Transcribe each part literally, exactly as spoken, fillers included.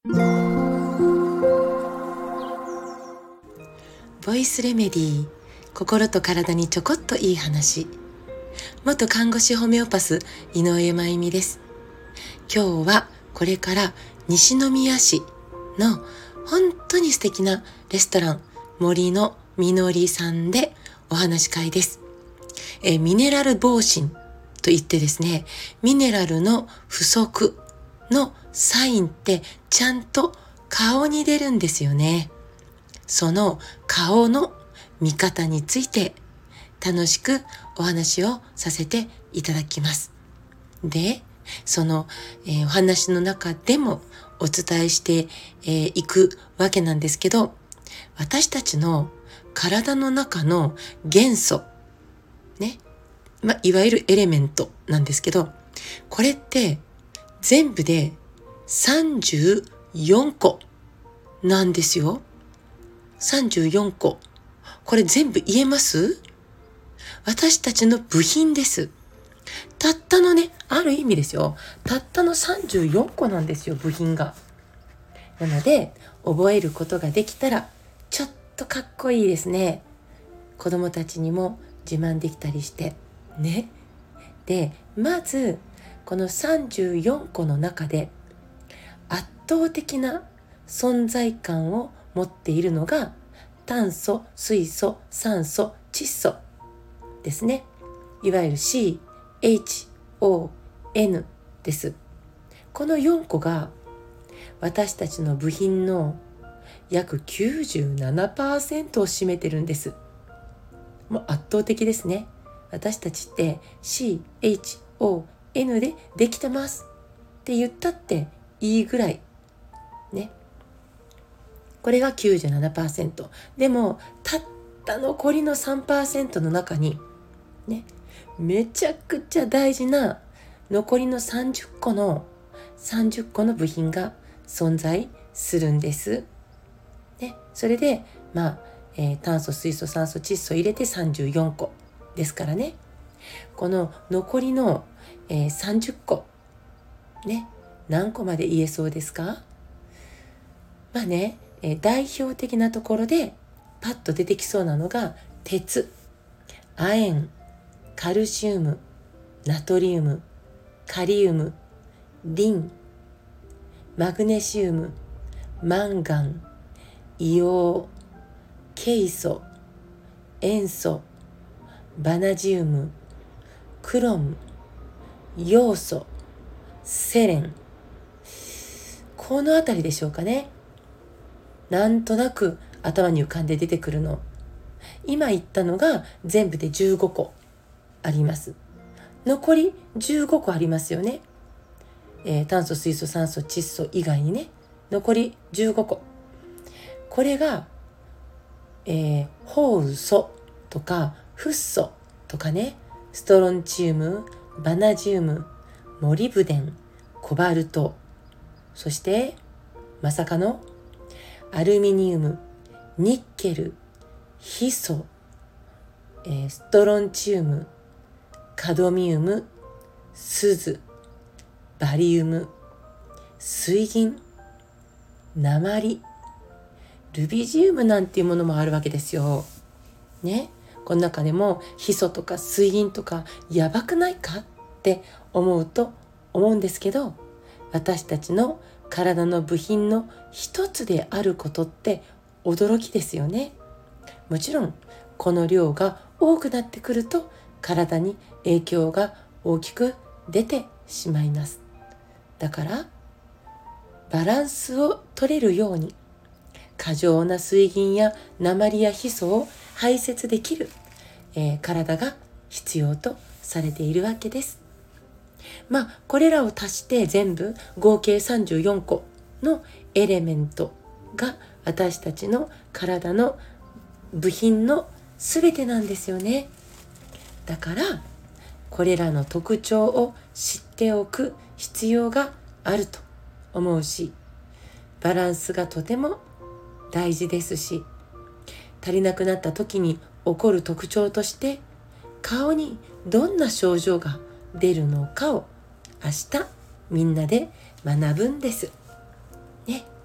ボイスレメディー、心と体にちょこっといい話。元看護師ホメオパス井上真由美です。今日はこれから西宮市の本当に素敵なレストラン森のみのりさんでお話し会です。えミネラル防疹といってですね、ミネラルの不足のサインってちゃんと顔に出るんですよね。その顔の見方について楽しくお話をさせていただきます。で、その、えー、お話の中でもお伝えしてい、えー、くわけなんですけど、私たちの体の中の元素、ね、まあ、いわゆるエレメントなんですけど、これって全部でさんじゅうよんこなんですよ。さんじゅうよんこ。これ全部言えます？私たちの部品です。たったのね、ある意味ですよ。たったのさんじゅうよんこなんですよ、部品が。なので、覚えることができたら、ちょっとかっこいいですね。子供たちにも自慢できたりして。ね。で、まず、このさんじゅうよんこの中で、圧倒的な存在感を持っているのが炭素、水素、酸素、窒素ですね。いわゆる シーエイチオーエヌ です。このよんこが私たちの部品の約 きゅうじゅうななパーセント を占めてるんです。もう圧倒的ですね。私たちって シーエイチオーエヌ でできてますって言ったっていいぐらいね。これが きゅうじゅうななパーセント。でもたった残りの さんパーセント の中にね、めちゃくちゃ大事な残りのさんじゅっこのさんじゅっこの部品が存在するんです。ね、それでまあ、えー、炭素、水素、酸素、窒素入れてさんじゅうよんこですからね。この残りの、えー、さんじゅっこね、何個まで言えそうですか？まあね、えー、代表的なところでパッと出てきそうなのが鉄、亜鉛、カルシウム、ナトリウム、カリウム、リン、マグネシウム、マンガン、硫黄、ケイ素、塩素、バナジウム、クロム、ヨウ素、セレン。このあたりでしょうかね。なんとなく頭に浮かんで出てくるの。今言ったのが全部でじゅうごこあります。残りじゅうごこありますよね。えー、炭素、水素、酸素、窒素以外にね、残りじゅうごこ。これが、えー、ホウ素とかフッ素とかね、ストロンチウム、バナジウム、モリブデン、コバルト、そしてまさかのアルミニウム、ニッケル、ヒ素、えー、ストロンチウム、カドミウム、スズ、バリウム、水銀、鉛、ルビジウムなんていうものもあるわけですよ。ね、この中でもヒ素とか水銀とかやばくないかって思うと思うんですけど、私たちの体の部品の一つであることって驚きですよね。もちろんこの量が多くなってくると体に影響が大きく出てしまいます。だからバランスを取れるように過剰な水銀や鉛やヒ素を排泄できる、えー、体が必要とされているわけです。まあこれらを足して全部合計さんじゅうよんこのエレメントが私たちの体の部品のすべてなんですよね。だからこれらの特徴を知っておく必要があると思うし、バランスがとても大事ですし、足りなくなった時に起こる特徴として顔にどんな症状が出るのかを明日みんなで学ぶんですね。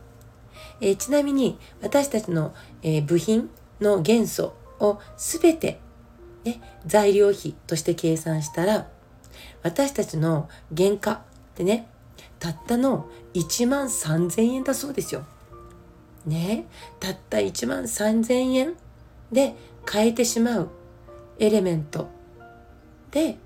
えー、ちなみに私たちの、えー、部品の元素をすべて、ね、材料費として計算したら、私たちの原価ってね、たったのいちまんさんぜんえんだそうですよ。ね、たったいちまんさんぜんえんで買えてしまうエレメントで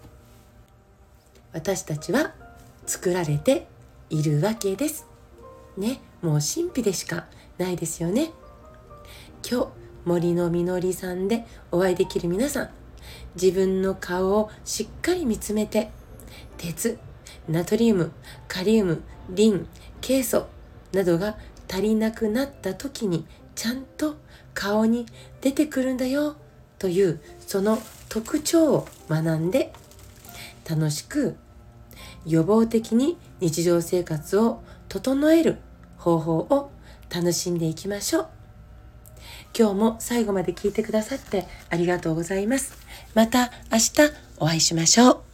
私たちは作られているわけです。ね、もう神秘でしかないですよね。今日森のみのりさんでお会いできる皆さん、自分の顔をしっかり見つめて、鉄、ナトリウム、カリウム、リン、ケイ素などが足りなくなった時にちゃんと顔に出てくるんだよというその特徴を学んで、楽しく予防的に日常生活を整える方法を楽しんでいきましょう。今日も最後まで聞いてくださってありがとうございます。また明日お会いしましょう。